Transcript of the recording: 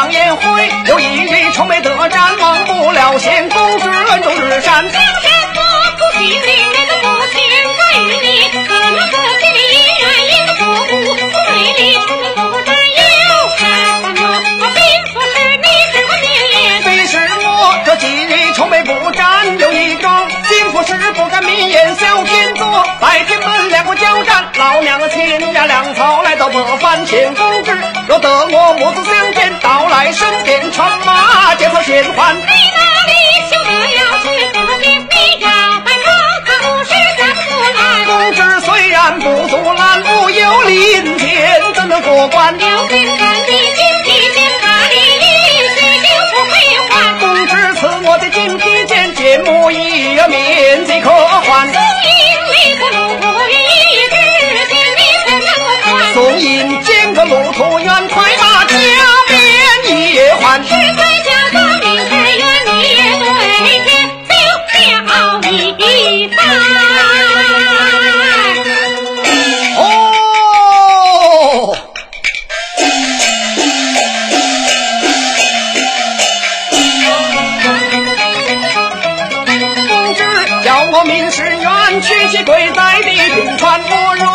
上宴会，有一日愁眉得展，忘不了先公之恩重日山。 就是我不信你那个父亲在与你，可能自己的意愿也不顾，不为你不占有，看我并不是你是我命也。 非是我这几日愁眉不展，有一桩幸福事不敢明言小天作。白天门两国交战，老娘亲家粮草来到北番前公之，若得我母子相见，到来身边传马结合先还。 你哪里休得要去可见，你要摆头他不是咱不来。 公之虽然不足拦路，有林天怎能过关？ 有心干的金皮剑，哪里许久不会还。 公之赐我的金皮剑，剑木一面即可还。宋银见个路途远，快马加鞭也还。 实在家的命太远，你也对天留了一番。 哦，公之叫我明世远，娶妻贵在的平川夫人。